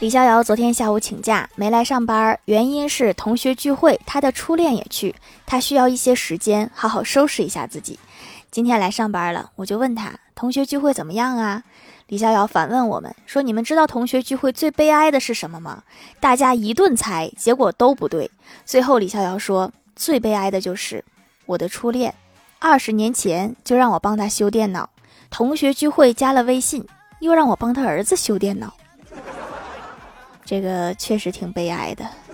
李逍遥昨天下午请假没来上班，原因是同学聚会，他的初恋也去，他需要一些时间好好收拾一下自己。今天来上班了，我就问他同学聚会怎么样啊？李逍遥反问我们说，你们知道同学聚会最悲哀的是什么吗？大家一顿猜，结果都不对。最后李逍遥说，最悲哀的就是我的初恋20年前就让我帮他修电脑，同学聚会加了微信，又让我帮他儿子修电脑。这个确实挺悲哀的。